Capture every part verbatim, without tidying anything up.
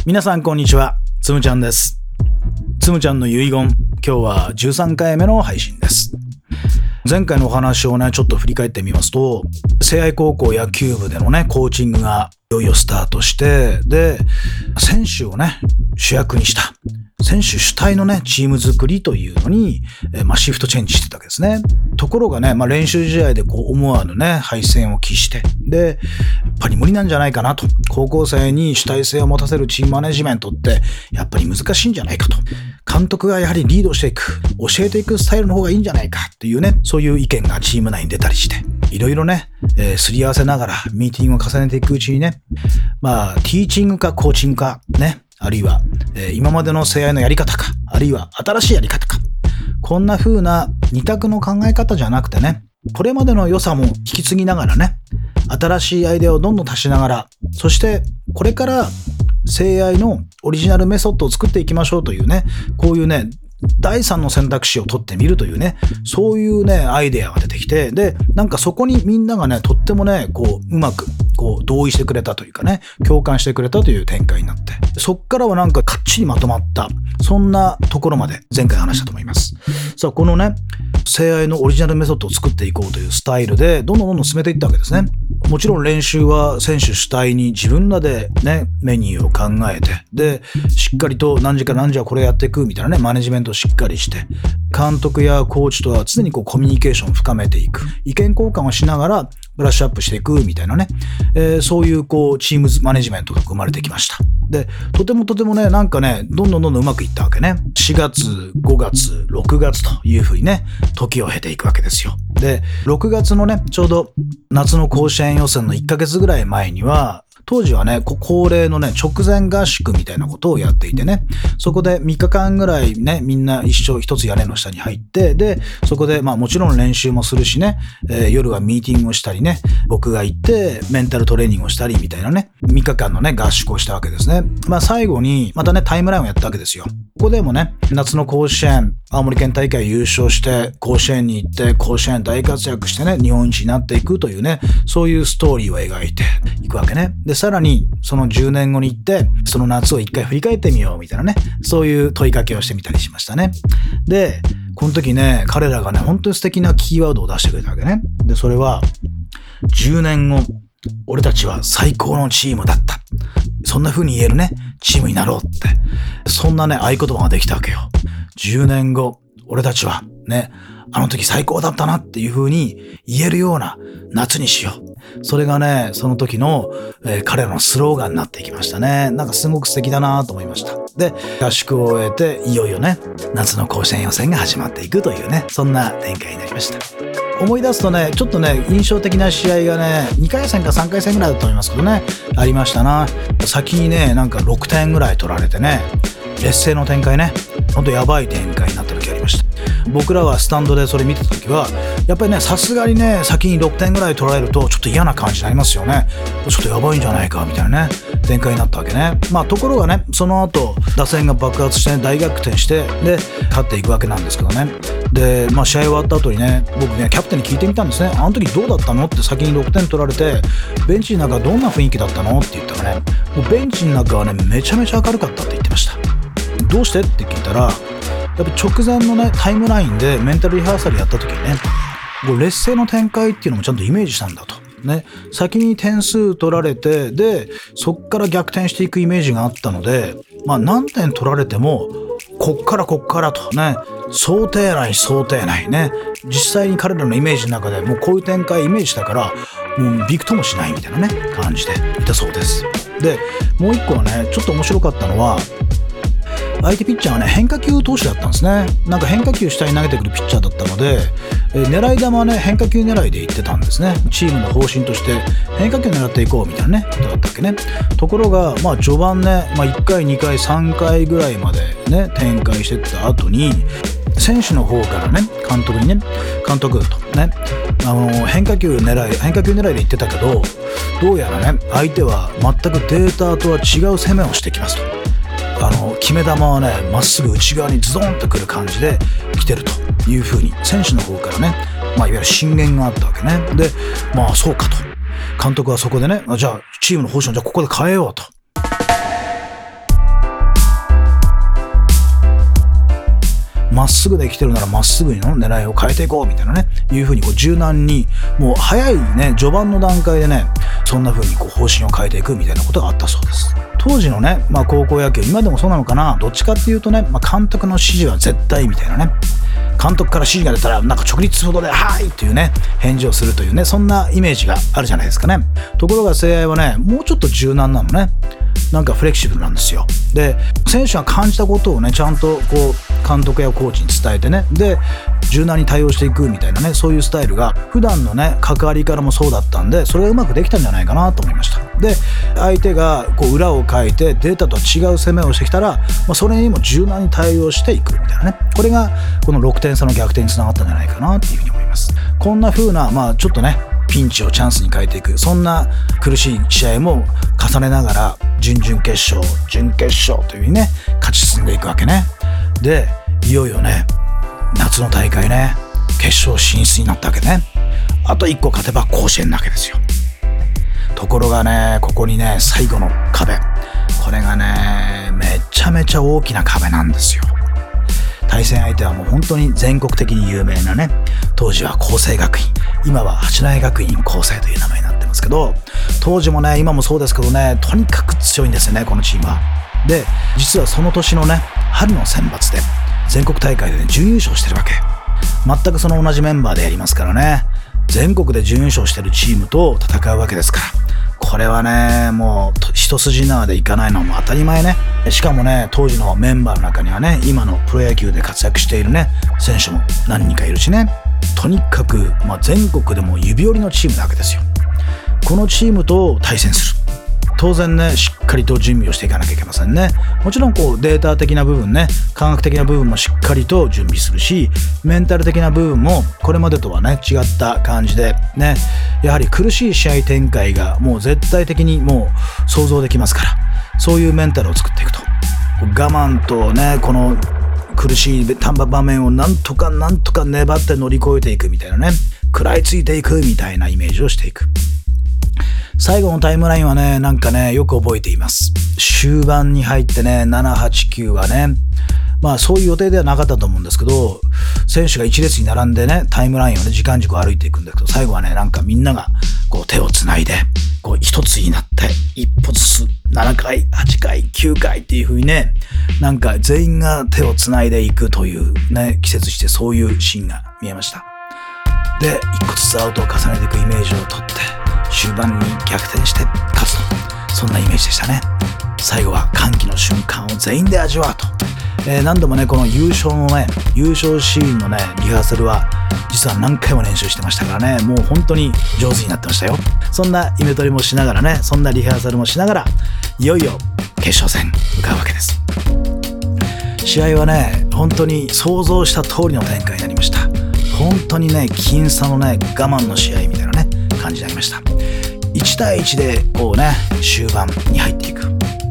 皆さんこんにちは、つむちゃんです。つむちゃんの遺言、今日はじゅうさんかいめの配信です。前回のお話をねちょっと振り返ってみますと、聖愛高校野球部でのねコーチングがいよいよスタートして、で選手をね主役にした選手主体のねチーム作りというのに、えー、まあシフトチェンジしてたわけですね。ところがね、まあ、練習試合でこう思わぬね敗戦を喫して、でやっぱり無理なんじゃないかなと、高校生に主体性を持たせるチームマネジメントってやっぱり難しいんじゃないかと、監督がやはりリードしていく、教えていくスタイルの方がいいんじゃないかっていうね、そういう意見がチーム内に出たりして、いろいろね、えー、すり合わせながらミーティングを重ねていくうちにね、まあティーチングかコーチングかね、あるいは、えー、今までの聖愛のやり方か、あるいは新しいやり方か、こんな風な二択の考え方じゃなくてね、これまでの良さも引き継ぎながらね、新しいアイデアをどんどん足しながら、そしてこれから聖愛のオリジナルメソッドを作っていきましょうというね、こういうね第三の選択肢を取ってみるというね、そういうねアイデアが出てきて、でなんかそこにみんながねとってもねこううまくこう同意してくれたというかね、共感してくれたという展開になって、そっからはなんかかっちりまとまった、そんなところまで前回話したと思います。さあこのね聖愛のオリジナルメソッドを作っていこうというスタイルでどんどんどんどん進めていったわけですね。もちろん練習は選手主体に自分らでねメニューを考えて、でしっかりと何時から何時はこれやっていくみたいなねマネジメントをしっかりして、監督やコーチとは常にこうコミュニケーションを深めていく、意見交換をしながらブラッシュアップしていくみたいなね、えー、そういうこうチームマネジメントが生まれてきました。でとてもとてもねなんかねどんどんどんどんうまくいったわけね。しがつごがつろくがつというふうにね時を経ていくわけですよ。でろくがつのねちょうど夏の甲子園予選のいっかげつぐらい前には、当時はね恒例のね直前合宿みたいなことをやっていてね、そこでみっかかんぐらいねみんな一緒一つ屋根の下に入って、でそこでまあもちろん練習もするしね、えー、夜はミーティングをしたりね、僕が行ってメンタルトレーニングをしたりみたいなねみっかかんのね合宿をしたわけですね。まあ最後にまたねタイムラインをやったわけですよ。ここでもね夏の甲子園青森県大会優勝して甲子園に行って甲子園大活躍してね日本一になっていくというね、そういうストーリーを描いていくわけね。でさらにそのじゅうねんごに行ってその夏を一回振り返ってみようみたいなね、そういう問いかけをしてみたりしましたね。でこの時ね彼らがね本当に素敵なキーワードを出してくれたわけね。でそれはじゅうねんご俺たちは最高のチームだった、そんな風に言えるねチームになろうって、そんなね合言葉ができたわけよ。じゅうねんご俺たちはねあの時最高だったなっていう風に言えるような夏にしよう。それがねその時の、えー、彼らのスローガンになっていきましたね。なんかすごく素敵だなと思いました。で合宿を終えていよいよね夏の甲子園予選が始まっていくというね、そんな展開になりました。思い出すとねちょっとね印象的な試合がねにかいせんかさんかいせんぐらいだと思いますけどね、ありましたな。先にねなんかろくてんぐらい取られてね劣勢の展開ね、ほんとやばい展開になった時ありました。僕らはスタンドでそれ見てた時はやっぱりねさすがにね先にろくてんぐらい取られるとちょっと嫌な感じになりますよね。ちょっとやばいんじゃないかみたいなね展開になったわけね。まあところがねその後打線が爆発して、ね、大逆転してで勝っていくわけなんですけどね。でまあ試合終わった後にね僕ねキャプテンに聞いてみたんですね。あの時どうだったのって、先にろくてん取られてベンチの中どんな雰囲気だったのって言ったらね、もうベンチの中はねめちゃめちゃ明るかったって言ってました。どうしてって聞いたら、やっぱ直前のねタイムラインでメンタルリハーサルやった時にねこう劣勢の展開っていうのもちゃんとイメージしたんだとね、先に点数取られてでそっから逆転していくイメージがあったので、まあ何点取られてもこっからこっからとね、想定内想定内ね、実際に彼らのイメージの中でもうこういう展開イメージしたからもうびくともしないみたいなね感じでいたそうです。でもう一個はねちょっと面白かったのは、相手ピッチャーがね変化球投手だったんですね。なんか変化球下に投げてくるピッチャーだったので、えー、狙い球はね変化球狙いでいってたんですね。チームの方針として変化球狙っていこうみたいなねことだったっけね。ところがまあ序盤ね、まあ、いっかいにかいさんかいぐらいまでね展開してった後に選手の方からね監督にね監督とねあの変化球狙い変化球狙いで言ってたけど、どうやらね相手は全くデータとは違う攻めをしてきますと。あの決め球はねまっすぐ内側にズドンとくる感じで来てるという風に選手の方からね、まあ、いわゆる進言があったわけね。でまあそうかと、監督はそこでね、じゃあチームの方針をじゃあここで変えようと。 まっすぐで来てるならまっすぐの狙いを変えていこうみたいなね、いうふうにこう柔軟に、もう早いね、序盤の段階でね、そんなふうにこう方針を変えていくみたいなことがあったそうです。当時のね、まあ高校野球、今でもそうなのかな、どっちかっていうとね、まあ監督の指示は絶対みたいなね、監督から指示が出たらなんか直立不動ではいっていうね返事をするというね、そんなイメージがあるじゃないですかね。ところが聖愛はね、もうちょっと柔軟なのね、なんかフレキシブルなんですよ。で、選手が感じたことをねちゃんとこう監督やコーチに伝えてね、で柔軟に対応していくみたいなね、そういうスタイルが普段のね関わりからもそうだったんで、それがうまくできたんじゃないかなと思いました。で、相手がこう裏をかいてデータとは違う攻めをしてきたら、まあ、それにも柔軟に対応していくみたいなね、これがこのろくてん差の逆転につながったんじゃないかなっていうふうに思います。こんな風な、まあちょっとねピンチをチャンスに変えていく、そんな苦しい試合も重ねながら準々決勝準決勝という風にね勝ち進んでいくわけね。で、いよいよね夏の大会ね決勝進出になったわけね。あといっこ勝てば甲子園なわけですよ。ところがね、ここにね最後の壁、これがねめちゃめちゃ大きな壁なんですよ。対戦相手はもう本当に全国的に有名なね、当時は光星学院、今は八戸学院光星という名前になってますけど、当時もね今もそうですけどね、とにかく強いんですよねこのチームは。で、実はその年のね春の選抜で全国大会でね準優勝してるわけ。全くその同じメンバーでやりますからね、全国で準優勝してるチームと戦うわけですから、これはねもう一筋縄でいかないのはもう当たり前ね。しかもね、当時のメンバーの中にはね今のプロ野球で活躍しているね選手も何人かいるしね、とにかく、まあ、全国でも指折りのチームなわけですよ。このチームと対戦する、当然ねしっかりと準備をしていかなきゃいけませんね。もちろんこうデータ的な部分ね、科学的な部分もしっかりと準備するし、メンタル的な部分もこれまでとはね違った感じでね、やはり苦しい試合展開がもう絶対的にもう想像できますから、そういうメンタルを作っていくと、我慢とねこの苦しい場面をなんとかなんとか粘って乗り越えていくみたいなね、食らいついていくみたいなイメージをしていく。最後のタイムラインはねなんかねよく覚えています。終盤に入ってねななはちきゅうはね、まあそういう予定ではなかったと思うんですけど、選手が一列に並んでねタイムラインをね時間軸を歩いていくんだけど、最後はねなんかみんながこう手をつないでこう一つになって一歩ずつななかいはちかいきゅうかいっていう風にね、なんか全員が手をつないでいくというね季節して、そういうシーンが見えました。で、一個ずつアウトを重ねていくイメージをとって終盤に逆転して勝つと、そんなイメージでしたね。最後は歓喜の瞬間を全員で味わうと、えー、何度もねこの優勝のね優勝シーンのねリハーサルは実は何回も練習してましたからね、もう本当に上手になってましたよ。そんなイメトレもしながらね、そんなリハーサルもしながらいよいよ決勝戦向かうわけです。試合はね本当に想像した通りの展開になりました。本当にね僅差のね我慢の試合みたいなね感じになりました。いちたいいちでこうね終盤に入っていく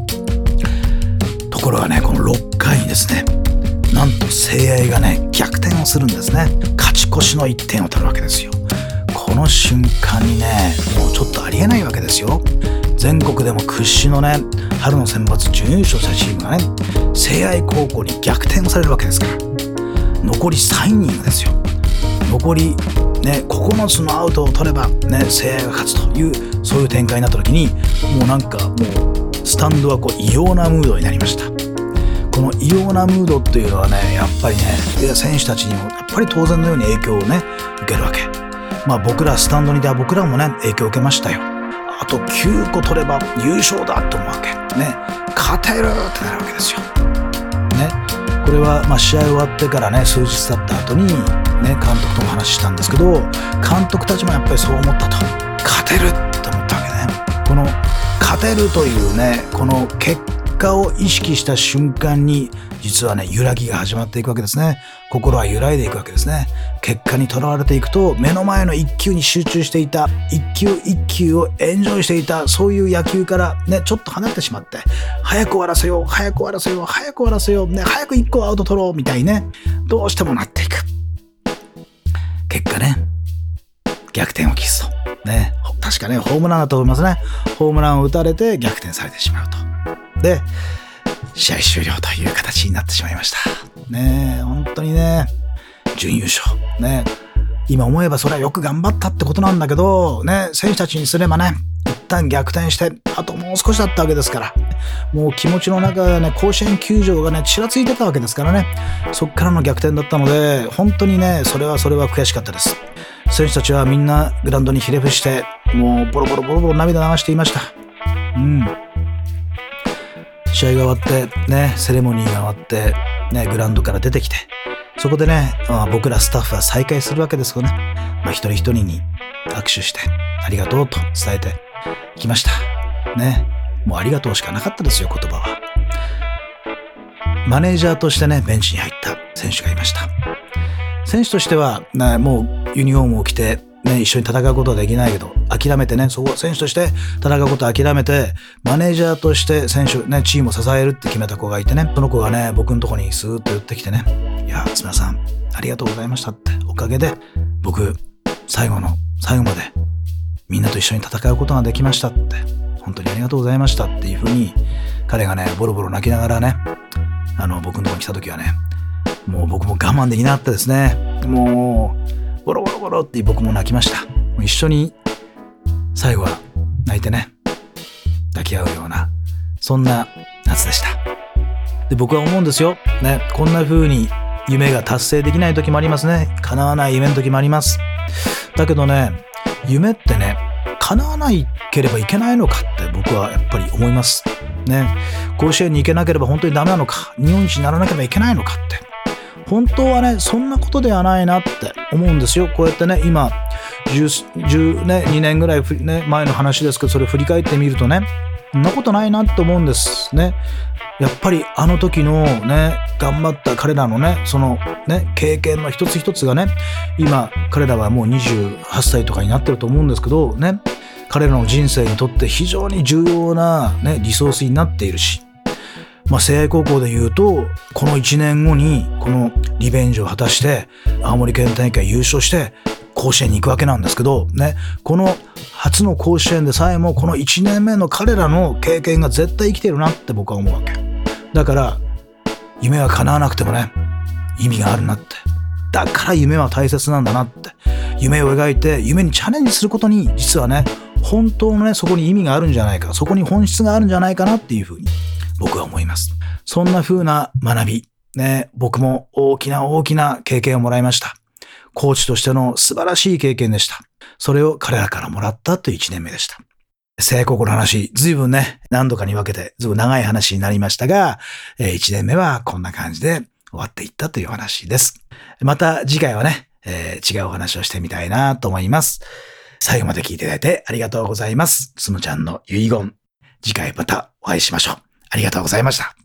ところがね、このろっかいにですねなんと聖愛がね逆転をするんですね。勝ち越しのいってんを取るわけですよ。この瞬間にねもうちょっとありえないわけですよ。全国でも屈指のね春の選抜準優勝したチームがね聖愛高校に逆転をされるわけですから、残りさんイニングですよ。残りねここのつのアウトを取ればね聖愛が勝つという、そういう展開になった時にもうなんかもうスタンドはこう異様なムードになりました。この異様なムードっていうのはねやっぱりね選手たちにもやっぱり当然のように影響をね受けるわけ。まあ僕らスタンドにいた僕らもね影響を受けましたよ。あときゅうこ取れば優勝だと思うわけね、勝てるってなるわけですよね。これはまあ試合終わってからね数日経った後にね監督とも話したんですけど、監督たちもやっぱりそう思ったと、勝てるって思ったわけね。この勝てるというねこの結果を意識した瞬間に実はね揺らぎが始まっていくわけですね。心は揺らいでいくわけですね。結果にとらわれていくと目の前の一球に集中していた、一球一球をエンジョイしていた、そういう野球からねちょっと離れてしまって、早く終わらせよう早く終わらせよう早く終わらせようね、早く一個アウト取ろうみたいにねどうしてもなっていく。結果ね逆転を期すとね、確かねホームランだと思いますね。ホームランを打たれて逆転されてしまうと、で試合終了という形になってしまいました。 ねえ、本当にね、準優勝。ね今思えばそれはよく頑張ったってことなんだけど、ね、選手たちにすればね、一旦逆転して、あともう少しだったわけですから、もう気持ちの中でね、甲子園球場がね、ちらついてたわけですからね、そっからの逆転だったので、本当にね、それはそれは悔しかったです。選手たちはみんなグラウンドにひれ伏して、もうボロボロボロボロ涙流していました。うん。試合が終わって、ね、セレモニーが終わって、ね、グラウンドから出てきて、そこでね、まあ、僕らスタッフは再会するわけですよね。まあ、一人一人に握手して、ありがとうと伝えてきました。ね。もうありがとうしかなかったですよ、言葉は。マネージャーとしてね、ベンチに入った選手がいました。選手としては、ね、もうユニフォームを着て、ね、一緒に戦うことはできないけど、諦めてね、そこ選手として戦うことを諦めて、マネージャーとして選手、ね、チームを支えるって決めた子がいてね、その子がね、僕のとこにスーッと寄ってきてね、いや、すみません、ありがとうございましたって、おかげで僕、最後の最後までみんなと一緒に戦うことができましたって、本当にありがとうございましたっていうふうに、彼がね、ボロボロ泣きながらね、あの、僕のとこに来た時はね、もう僕も我慢できなかったですね。もう、ボロボロボロって僕も泣きました。一緒に最後は泣いてね、抱き合うような、そんな夏でした。で、僕は思うんですよ。ね、こんな風に夢が達成できない時もありますね。叶わない夢の時もあります。だけどね、夢ってね、叶わないければいけないのかって僕はやっぱり思います。ね、甲子園に行けなければ本当にダメなのか、日本一にならなければいけないのかって。本当はね、そんなことではないなって思うんですよ。こうやってね、今、じゅう、じゅうね、にねんぐらい、ね、前の話ですけど、それを振り返ってみるとね、そんなことないなって思うんですね。やっぱりあの時のね、頑張った彼らのね、そのね、経験の一つ一つがね、今、彼らはもうにじゅうはっさいとかになってると思うんですけど、ね、彼らの人生にとって非常に重要なね、リソースになっているし、まあ、聖愛高校で言うと、このいちねんごに、このリベンジを果たして、青森県大会優勝して、甲子園に行くわけなんですけど、ね、この初の甲子園でさえも、このいちねんめの彼らの経験が絶対生きてるなって僕は思うわけ。だから、夢は叶わなくてもね、意味があるなって。だから夢は大切なんだなって。夢を描いて、夢にチャレンジすることに、実はね、本当のね、そこに意味があるんじゃないか、そこに本質があるんじゃないかなっていうふうに、僕は思います。そんな風な学び、ね、僕も大きな大きな経験をもらいました。コーチとしての素晴らしい経験でした。それを彼らからもらったといういちねんめでした。聖愛高校の話、ずいぶんね、何度かに分けて、ずいぶん長い話になりましたが、いちねんめはこんな感じで終わっていったという話です。また次回はね、えー、違うお話をしてみたいなと思います。最後まで聞いていただいてありがとうございます。つむちゃんの遺言。次回またお会いしましょう。ありがとうございました。